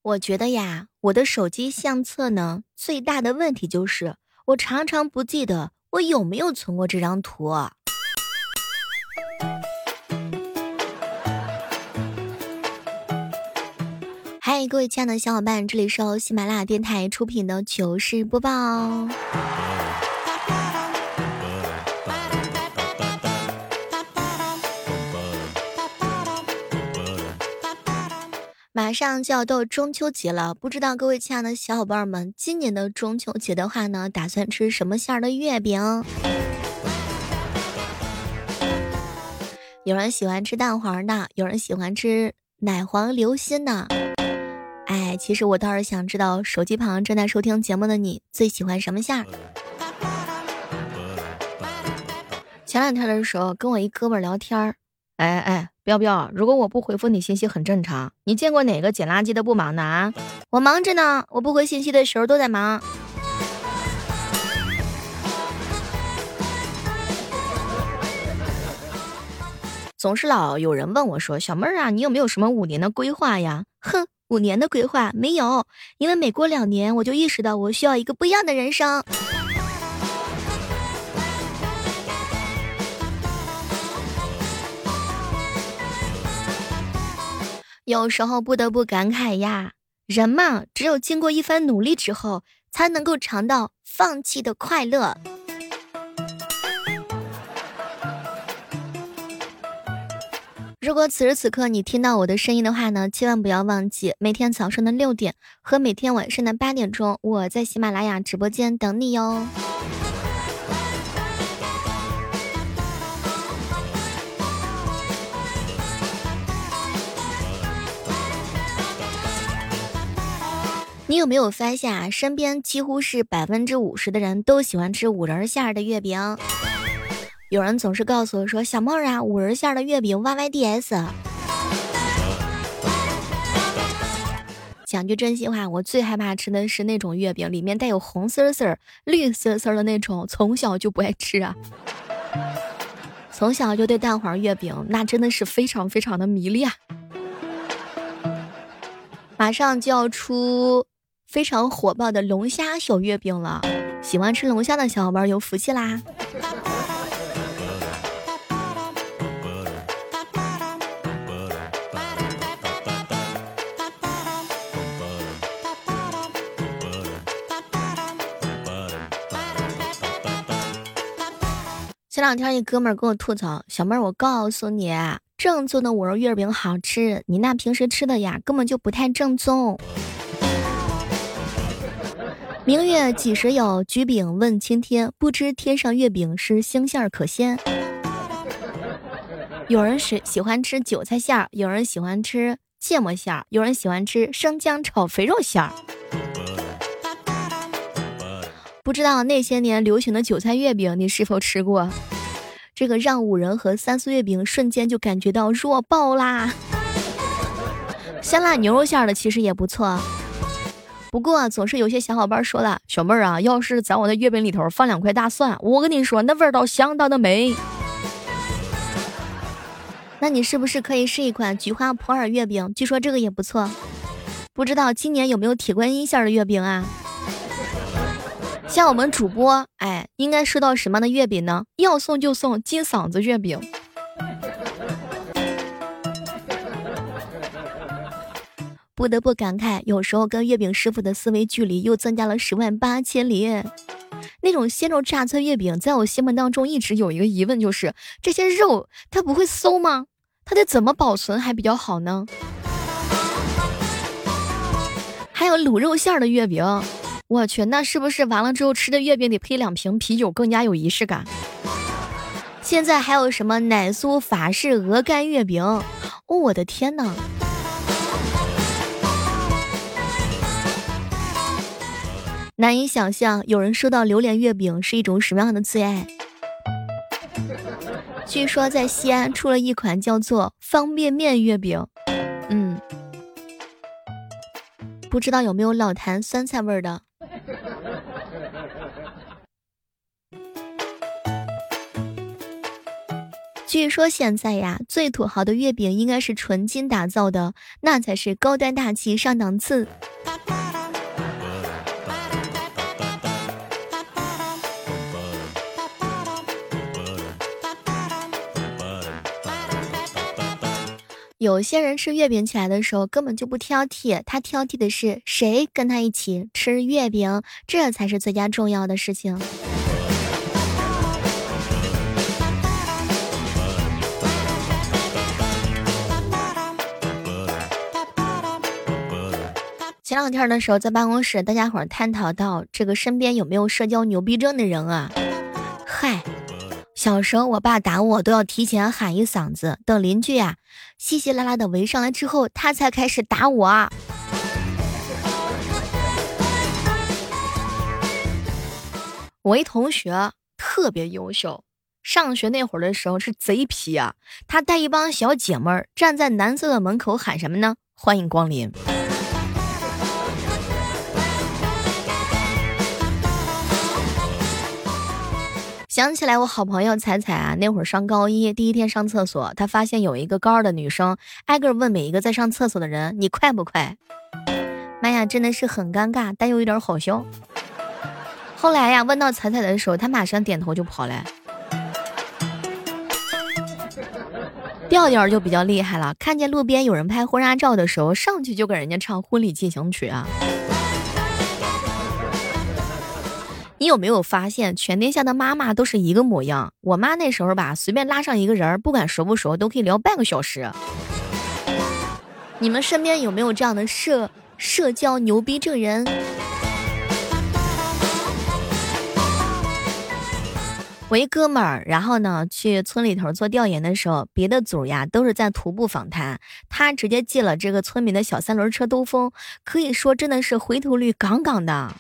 我觉得呀，我的手机相册呢，最大的问题就是我常常不记得我有没有存过这张图。嗨，各位亲爱的小伙伴，这里是由喜马拉雅电台出品的糗事播报。马上就要到中秋节了，不知道各位亲爱的小伙伴们，今年的中秋节的话呢，打算吃什么馅儿的月饼？有人喜欢吃蛋黄的，有人喜欢吃奶黄流心的。哎，其实我倒是想知道，手机旁正在收听节目的你，最喜欢什么馅儿？前两天的时候，跟我一哥们儿聊天儿，彪彪，如果我不回复你信息很正常。你见过哪个捡垃圾的不忙的啊？我忙着呢，我不回信息的时候都在忙。总是老有人问我说，小妹儿啊，你有没有什么5年的规划呀？哼，5年的规划没有，因为每过2年我就意识到我需要一个不一样的人生。有时候不得不感慨呀，人嘛，只有经过一番努力之后，才能够尝到放弃的快乐。如果此时此刻你听到我的声音的话呢，千万不要忘记每天早上的6点和每天晚上的8点钟，我在喜马拉雅直播间等你哟。你有没有发现啊，身边几乎是50%的人都喜欢吃5仁馅儿的月饼？有人总是告诉我说，小妹儿啊，5仁馅儿的月饼 YYDS。讲句真心话，我最害怕吃的是那种月饼里面带有红丝丝、绿丝丝的那种，从小就不爱吃啊。从小就对蛋黄月饼那真的是非常非常的迷恋。马上就要出非常火爆的龙虾小月饼了，喜欢吃龙虾的小伙伴有福气啦！前两天一哥们儿跟我吐槽，小妹儿，我告诉你，正宗的5仁月饼好吃，你那平时吃的呀根本就不太正宗。明月几时有，举饼问青天，不知天上月饼是星馅儿可鲜。有人喜欢吃韭菜馅儿，有人喜欢吃芥末馅儿，有人喜欢吃生姜炒肥肉馅儿。不知道那些年流行的韭菜月饼你是否吃过？这个让5仁和3丝月饼瞬间就感觉到弱爆啦。香辣牛肉馅的其实也不错，不过总是有些小伙伴说了，小妹儿啊，要是在我的月饼里头放2块大蒜，我跟你说那味道相当的美。那你是不是可以试一款菊花普洱月饼？据说这个也不错。不知道今年有没有铁观音馅的月饼啊？像我们主播，应该收到什么样的月饼呢？要送就送金嗓子月饼。不得不感慨，有时候跟月饼师傅的思维距离又增加了10万8千里。那种鲜肉榨菜月饼，在我心目当中一直有一个疑问，就是这些肉它不会馊吗？它得怎么保存还比较好呢？还有卤肉馅的月饼，我去，那是不是完了之后吃的月饼得配2瓶啤酒更加有仪式感？现在还有什么奶酥法式鹅肝月饼？哦，我的天哪！难以想象有人收到榴莲月饼是一种什么样的最爱。据说在西安出了一款叫做方便面月饼，不知道有没有老坛酸菜味的。据据说现在呀，最土豪的月饼应该是纯金打造的，那才是高端大气上档次。有些人吃月饼起来的时候根本就不挑剔，他挑剔的是谁跟他一起吃月饼，这才是最佳重要的事情。前两天的时候在办公室，大家伙探讨到这个身边有没有社交牛逼症的人啊。嗨，小时候我爸打我都要提前喊一嗓子，等邻居啊稀稀拉拉的围上来之后，他才开始打我。我一同学特别优秀，上学那会儿的时候是贼皮啊，他带一帮小姐妹儿站在男厕的门口喊什么呢？欢迎光临。想起来我好朋友彩彩啊，那会儿上高一，第一天上厕所，她发现有一个高二的女生挨个问每一个在上厕所的人，你快不快？妈呀，真的是很尴尬，但又有点好笑。后来呀，问到彩彩的时候，她马上点头就跑来。调调就比较厉害了，看见路边有人拍婚纱照的时候，上去就给人家唱婚礼进行曲啊。你有没有发现全天下的妈妈都是一个模样？我妈那时候吧，随便拉上一个人，不管熟不熟都可以聊半个小时。你们身边有没有这样的社交牛逼症人？我一哥们儿，然后呢去村里头做调研的时候，别的组呀都是在徒步访谈，他直接借了这个村民的小三轮车兜风，可以说真的是回头率杠杠的。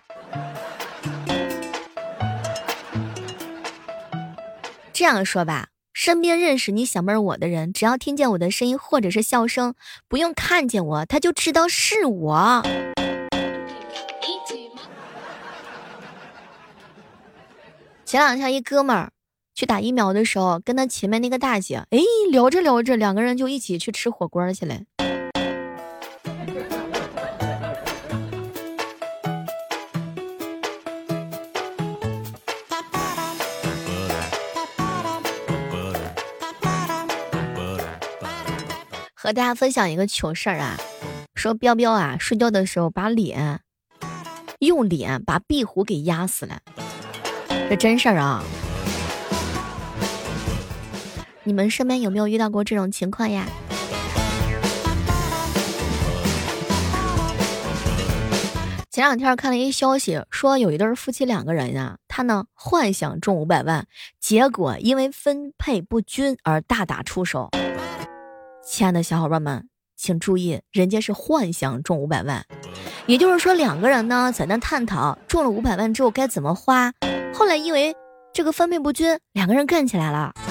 这样说吧，身边认识你小妹儿我的人，只要听见我的声音或者是笑声，不用看见我，他就知道是我。前两天一哥们儿去打疫苗的时候，跟他前面那个大姐，聊着聊着，两个人就一起去吃火锅去了。和大家分享一个糗事儿啊，说彪彪啊睡觉的时候用脸把壁虎给压死了，这真事儿啊。你们身边有没有遇到过这种情况呀？前两天看了一消息，说有一对夫妻两个人啊，他呢幻想中500万，结果因为分配不均而大打出手。亲爱的小伙伴们，请注意，人家是幻想中500万，也就是说两个人呢在那探讨中了500万之后该怎么花，后来因为这个分配不均，两个人干起来了。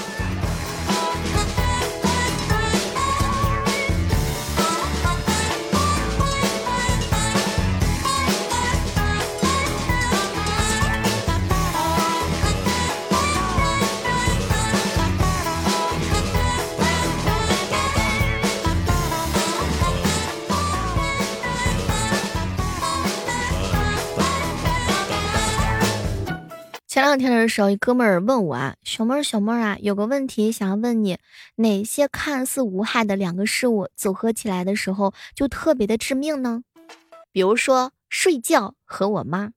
前两天的时候，一哥们儿问我啊，小妹儿啊，有个问题想要问你，哪些看似无害的两个事物组合起来的时候就特别的致命呢？比如说睡觉和我妈。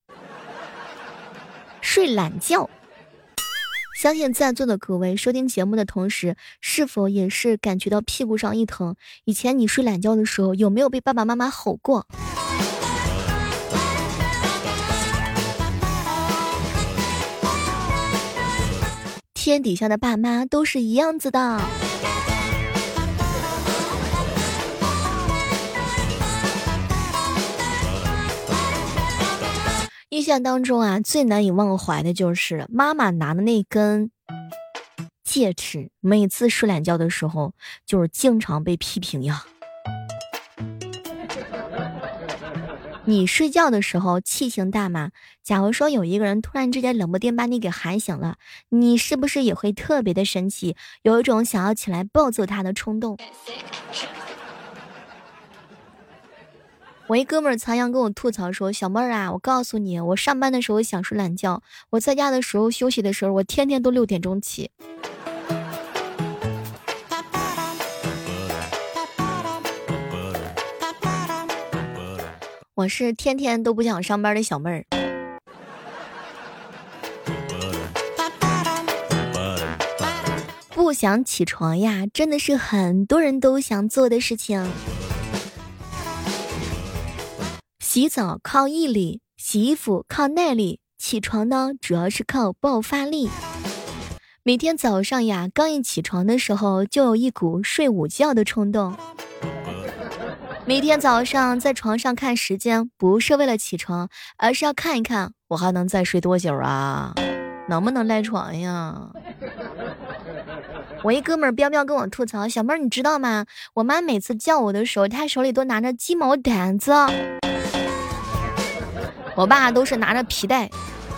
睡懒觉。相信在座的各位收听节目的同时，是否也是感觉到屁股上一疼？以前你睡懒觉的时候，有没有被爸爸妈妈吼过？天底下的爸妈都是一样子的。印象当中啊，最难以忘怀的就是妈妈拿的那根戒尺，每次睡懒觉的时候就是经常被批评呀。 你睡觉的时候气性大吗？假如说有一个人突然之间冷不丁把你给喊醒了，你是不是也会特别的生气，有一种想要起来暴揍他的冲动？我一哥们儿残阳跟我吐槽说，小妹儿啊，我告诉你，我上班的时候想睡懒觉，我在家的时候休息的时候，我天天都6点钟起。我是天天都不想上班的小妹儿。不想起床呀，真的是很多人都想做的事情。洗澡靠毅力，洗衣服靠耐力，起床呢主要是靠爆发力。每天早上呀，刚一起床的时候就有一股睡午觉的冲动。每天早上在床上看时间，不是为了起床，而是要看一看我还能再睡多久啊，能不能赖床呀。我一哥们儿彪彪跟我吐槽，小妹儿你知道吗，我妈每次叫我的时候，她手里都拿着鸡毛掸子，我爸都是拿着皮带。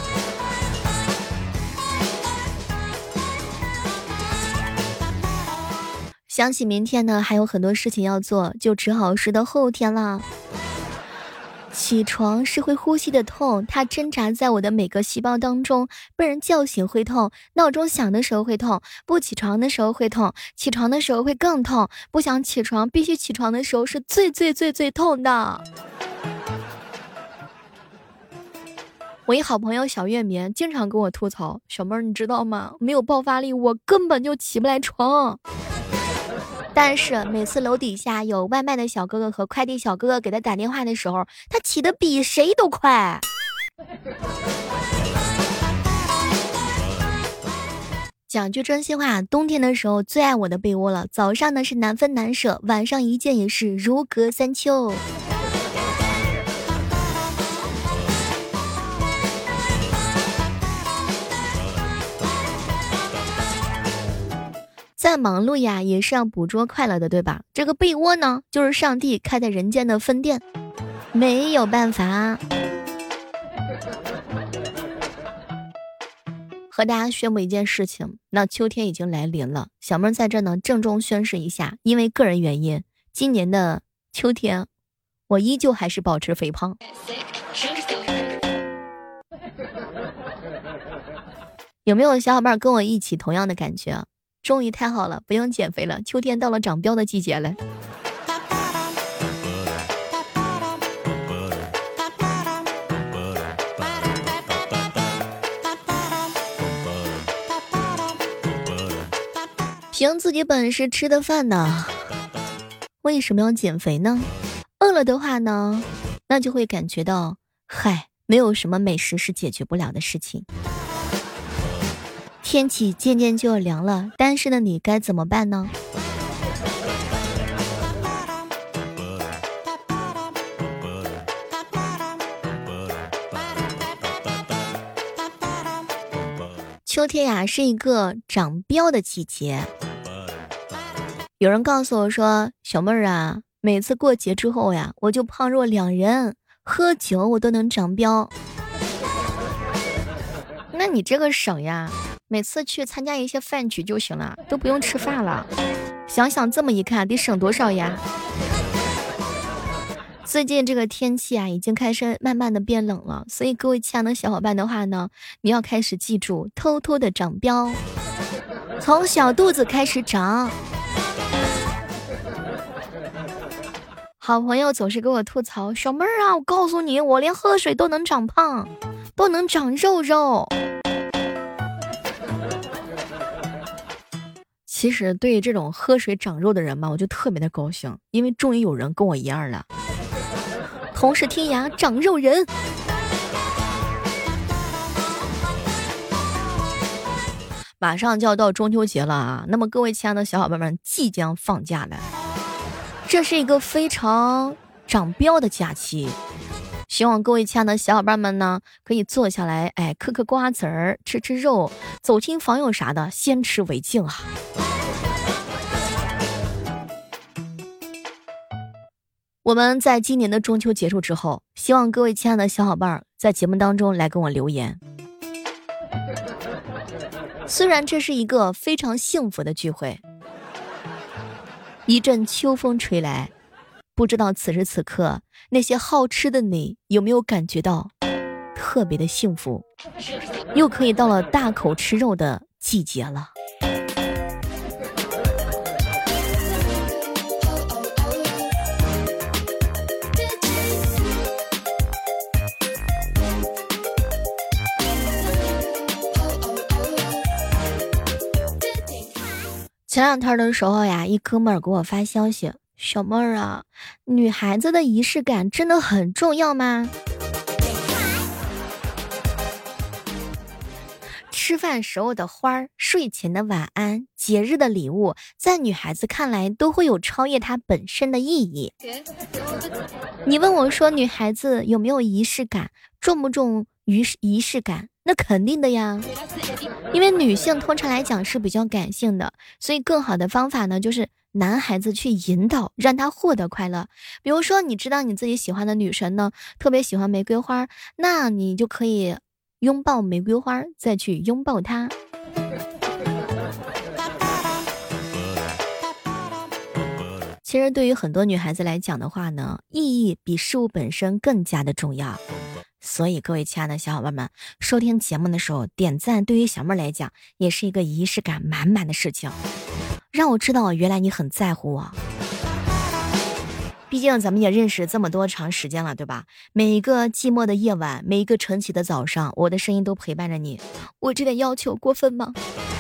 想起明天呢还有很多事情要做，就只好睡到后天了。起床是会呼吸的痛，它挣扎在我的每个细胞当中，被人叫醒会痛，闹钟响的时候会痛，不起床的时候会痛，起床的时候会更痛，不想起床必须起床的时候是最痛的。我一好朋友小月眠经常跟我吐槽，小妹儿你知道吗，没有爆发力我根本就起不来床。但是每次楼底下有外卖的小哥哥和快递小哥哥给他打电话的时候，他起得比谁都快。讲句真心话，冬天的时候最爱我的被窝了，早上呢是难分难舍，晚上一觉也是如隔三秋。再忙碌呀，也是要捕捉快乐的，对吧？这个被窝呢，就是上帝开在人间的分店，没有办法。和大家宣布一件事情，那秋天已经来临了，小妹在这呢郑重宣誓一下，因为个人原因，今年的秋天，我依旧还是保持肥胖。有没有小伙伴跟我一起同样的感觉？终于太好了，不用减肥了，秋天到了长膘的季节了。凭自己本事吃的饭呢，为什么要减肥呢？饿了的话呢，那就会感觉到，嗨，没有什么美食是解决不了的事情。天气渐渐就要凉了，单身的你该怎么办呢？秋天呀，是一个长膘的季节。有人告诉我说，小妹儿啊，每次过节之后呀，我就胖若2人，喝酒我都能长膘。那你这个省呀，每次去参加一些饭局就行了，都不用吃饭了。想想这么一看，得省多少呀？最近这个天气啊，已经开始慢慢的变冷了，所以各位亲爱的小伙伴的话呢，你要开始记住，偷偷的长膘，从小肚子开始长。好朋友总是给我吐槽，小妹儿啊，我告诉你，我连喝水都能长胖，都能长肉肉。其实对于这种喝水长肉的人嘛，我就特别的高兴，因为终于有人跟我一样了，同是天涯长肉人。马上就要到中秋节了啊，那么各位亲爱的小伙伴们即将放假了，这是一个非常长膘的假期，希望各位亲爱的小伙伴们呢，可以坐下来，嗑嗑瓜子儿，吃吃肉，走亲访友啥的，先吃为敬啊。 我们在今年的中秋结束之后，希望各位亲爱的小伙伴在节目当中来跟我留言。虽然这是一个非常幸福的聚会，一阵秋风吹来，不知道此时此刻那些好吃的你有没有感觉到特别的幸福，又可以到了大口吃肉的季节了。前两天的时候呀，一哥们儿给我发消息，小妹儿啊，女孩子的仪式感真的很重要吗？吃饭时候的花儿，睡前的晚安，节日的礼物，在女孩子看来都会有超越它本身的意义。你问我说女孩子有没有仪式感，重不重仪式感？那肯定的呀，因为女性通常来讲是比较感性的，所以更好的方法呢，就是男孩子去引导，让他获得快乐。比如说你知道你自己喜欢的女神呢特别喜欢玫瑰花，那你就可以拥抱玫瑰花，再去拥抱她。其实对于很多女孩子来讲的话呢，意义比事物本身更加的重要。所以各位亲爱的小伙伴们，收听节目的时候点赞，对于小妹来讲也是一个仪式感满满的事情，让我知道原来你很在乎我。毕竟咱们也认识这么多长时间了，对吧？每一个寂寞的夜晚，每一个晨起的早上，我的声音都陪伴着你。我这点要求过分吗？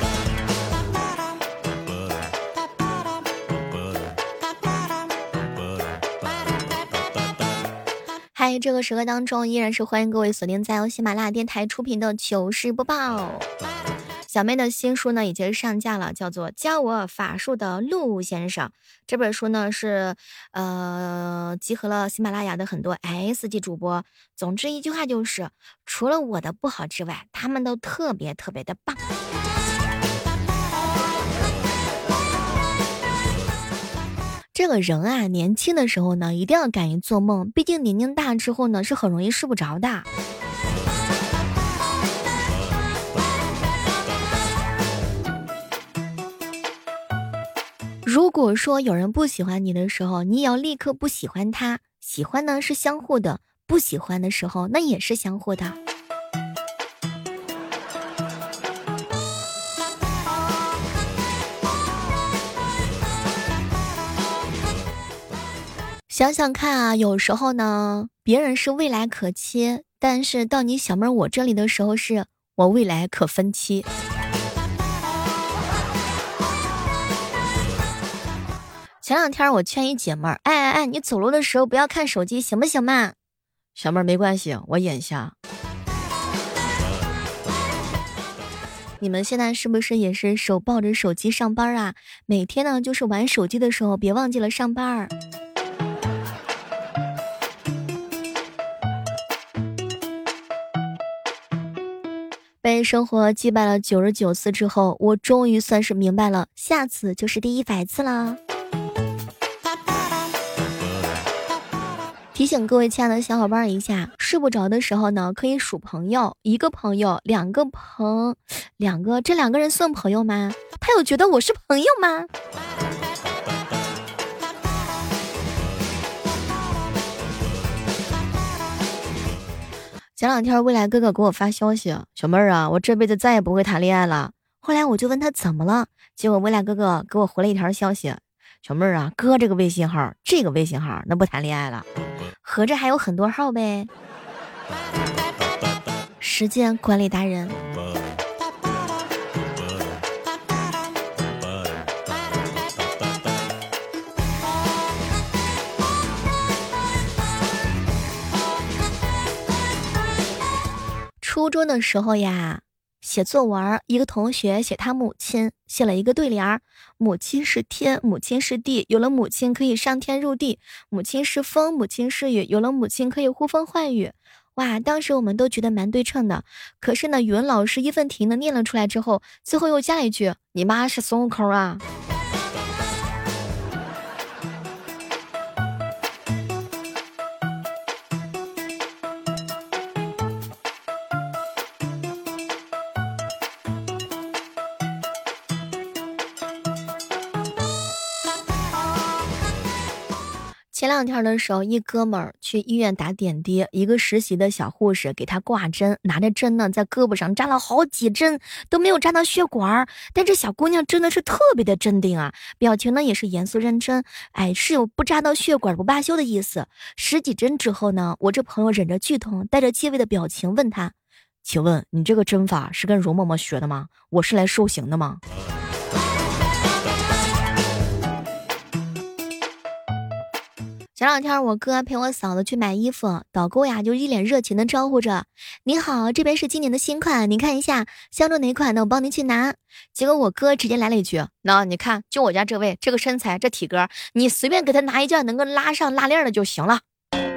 嗨，这个时刻当中依然是欢迎各位锁定在由喜马拉雅电台出品的糗事播报。小妹的新书呢已经上架了，叫做《教我法术的陆先生》。这本书呢是集合了喜马拉雅的很多 S 级主播。总之一句话就是，除了我的不好之外，他们都特别特别的棒。这个人啊，年轻的时候呢，一定要敢于做梦，毕竟年龄大之后呢，是很容易睡不着的。如果说有人不喜欢你的时候，你也要立刻不喜欢他。喜欢呢是相互的，不喜欢的时候那也是相互的。想想看啊，有时候呢，别人是未来可期，但是到你小妹我这里的时候，是我未来可分期。前两天我劝一姐妹儿，哎，你走路的时候不要看手机，行不行嘛？小妹儿没关系，我眼瞎。你们现在是不是也是手抱着手机上班啊？每天呢就是玩手机的时候，别忘记了上班。被生活击败了99次之后，我终于算是明白了，下次就是第100次啦。提醒各位亲爱的小伙伴一下，睡不着的时候呢，可以数朋友，1个朋友，2个这2个人算朋友吗？他有觉得我是朋友吗？前两天未来哥哥给我发消息，小妹儿啊，我这辈子再也不会谈恋爱了。后来我就问他怎么了，结果未来哥哥给我回了一条消息，小妹儿啊，哥这个微信号那不谈恋爱了，合着还有很多号呗。时间管理达人。初中的时候呀，写作文，一个同学写他母亲，写了一个对联，母亲是天，母亲是地，有了母亲可以上天入地；母亲是风，母亲是雨，有了母亲可以呼风唤雨。哇，当时我们都觉得蛮对称的。可是呢，语文老师义愤填膺的念了出来之后，最后又加了一句：“你妈是孙悟空啊！” 两天的时候，一哥们儿去医院打点滴，一个实习的小护士给他挂针，拿着针呢在胳膊上扎了好几针，都没有扎到血管。但这小姑娘真的是特别的镇定啊，表情呢也是严肃认真，是有不扎到血管不罢休的意思。十几针之后呢，我这朋友忍着剧痛，带着戒备的表情问他：“请问你这个针法是跟容嬷嬷学的吗？我是来受刑的吗？”前两天我哥陪我嫂子去买衣服，导购呀就一脸热情的招呼着：“你好，这边是今年的新款，您看一下，相中哪款呢？我帮您去拿。”结果我哥直接来了一句：“你看，就我家这位，这个身材，这体格，你随便给他拿一件能够拉上拉链的就行了。”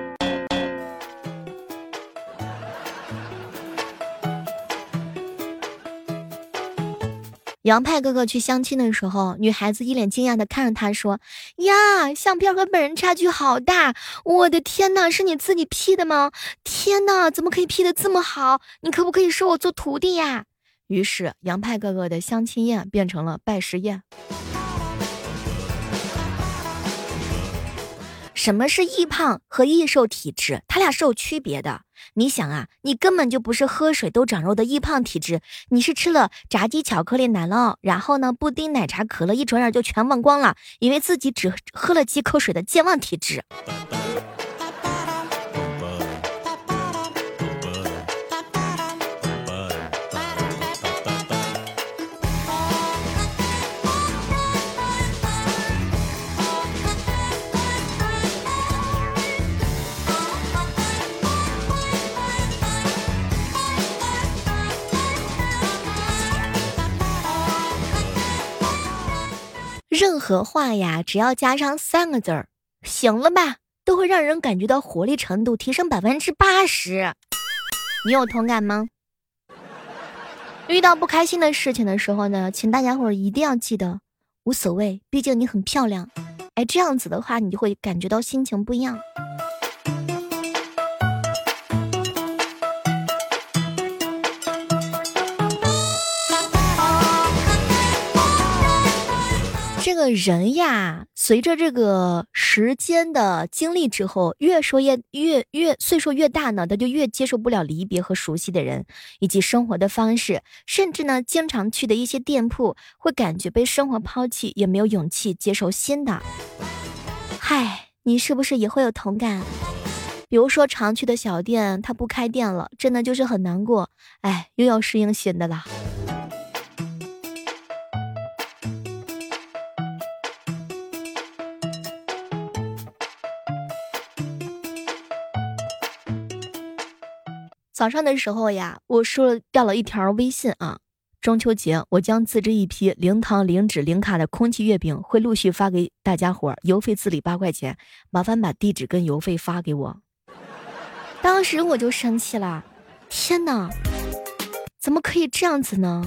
杨派哥哥去相亲的时候，女孩子一脸惊讶的看着他说：“呀，相片和本人差距好大！我的天哪，是你自己 P 的吗？天哪，怎么可以 P 的这么好？你可不可以收我做徒弟呀？”于是杨派哥哥的相亲宴变成了拜师宴。什么是易胖和易瘦体质？它俩是有区别的。你想啊，你根本就不是喝水都长肉的易胖体质，你是吃了炸鸡巧克力奶酪，然后呢布丁奶茶可乐一转眼就全忘光了，以为自己只喝了几口水的健忘体质。任何话呀，只要加上3个字儿，行了吧，都会让人感觉到活力程度提升80%。你有同感吗？遇到不开心的事情的时候呢，请大家伙儿一定要记得，无所谓，毕竟你很漂亮。这样子的话，你就会感觉到心情不一样。这个人呀，随着这个时间的经历之后，越岁数越大呢，他就越接受不了离别和熟悉的人以及生活的方式，甚至呢，经常去的一些店铺会感觉被生活抛弃，也没有勇气接受新的。嗨，你是不是也会有同感？比如说常去的小店，它不开店了，真的就是很难过。又要适应新的了。早上的时候呀，我收掉了一条微信啊，中秋节我将自制一批零糖零脂零卡的空气月饼，会陆续发给大家伙儿，邮费自理8块钱，麻烦把地址跟邮费发给我。当时我就生气了，天哪，怎么可以这样子呢？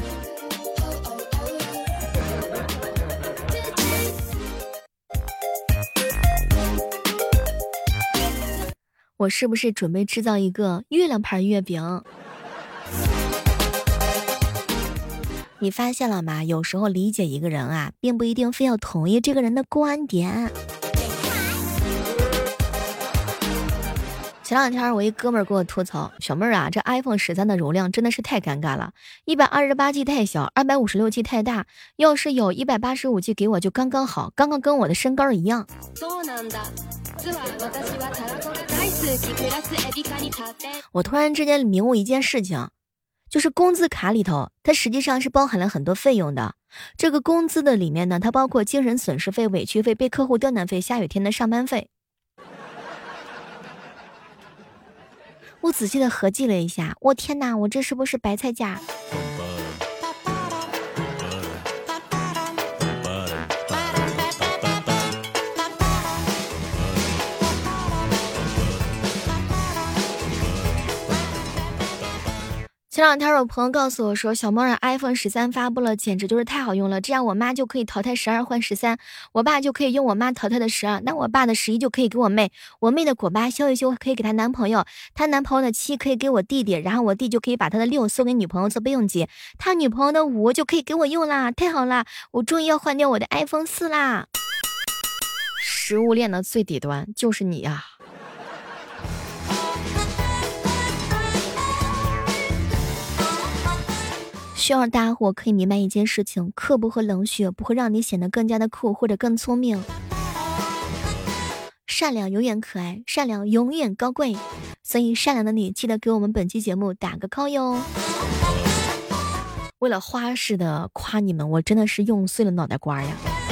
我是不是准备制造一个月亮牌月饼？你发现了吗？有时候理解一个人啊，并不一定非要同意这个人的观点。前两天我一哥们儿给我吐槽，小妹儿啊，这 iPhone 13的容量真的是太尴尬了，128G 太小，256G 太大，要是有185G 给我就刚刚好，刚刚跟我的身高一样。我突然之间明悟一件事情，就是工资卡里头它实际上是包含了很多费用的。这个工资的里面呢，它包括精神损失费、委屈费、被客户刁难费、下雨天的上班费。我仔细的合计了一下，我天哪，我这是不是白菜价？前两天我朋友告诉我说，小猫让 iPhone 13发布了，简直就是太好用了，这样我妈就可以淘汰12换13，我爸就可以用我妈淘汰的12，那我爸的11就可以给我妹，我妹的果8修一修可以给她男朋友，她男朋友的7可以给我弟弟，然后我弟就可以把他的6送给女朋友做备用机，他女朋友的5就可以给我用啦，太好啦，我终于要换掉我的 iPhone 4啦。 食物链的最底端就是你啊。希望大伙可以明白一件事情，刻薄和冷血不会让你显得更加的酷或者更聪明。善良永远可爱，善良永远高贵，所以善良的你记得给我们本期节目打个 call 哟。为了花式的夸你们，我真的是用碎了脑袋瓜呀。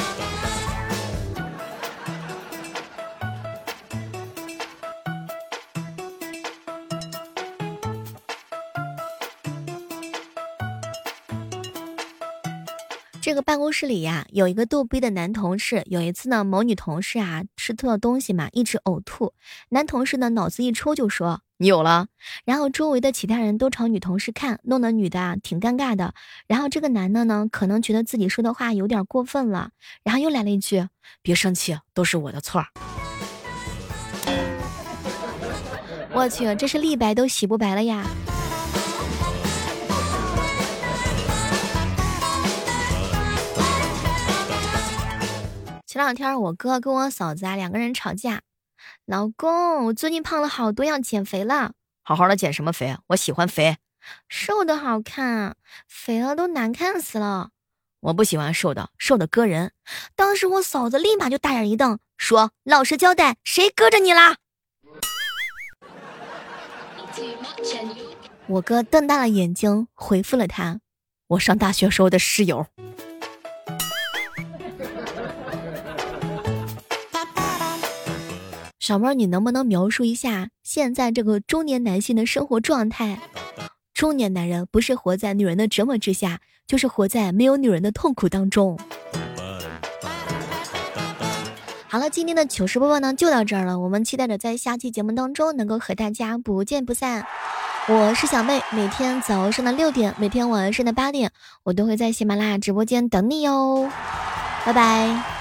这个办公室里呀，有一个逗逼的男同事。有一次呢，某女同事啊吃错了东西嘛，一直呕吐。男同事呢脑子一抽就说：“你有了。”然后周围的其他人都朝女同事看，弄得女的啊挺尴尬的。然后这个男的呢，可能觉得自己说的话有点过分了，然后又来了一句：“别生气，都是我的错。”我去，这是立白都洗不白了呀。前两天我哥跟我嫂子啊两个人吵架，老公，我最近胖了好多，要减肥了。好好的减什么肥？我喜欢肥，瘦的好看，肥了都难看死了。我不喜欢瘦的，瘦的割人。当时我嫂子立马就大眼一瞪，说：“老实交代，谁割着你啦？”我哥瞪大了眼睛回复了他：“我上大学时候的室友。”小妹儿，你能不能描述一下现在这个中年男性的生活状态？中年男人不是活在女人的折磨之下，就是活在没有女人的痛苦当中。好了，今天的糗事播报呢就到这儿了，我们期待着在下期节目当中能够和大家不见不散。我是小妹，每天早上的6点，每天晚上的8点，我都会在喜马拉雅直播间等你哟，拜拜。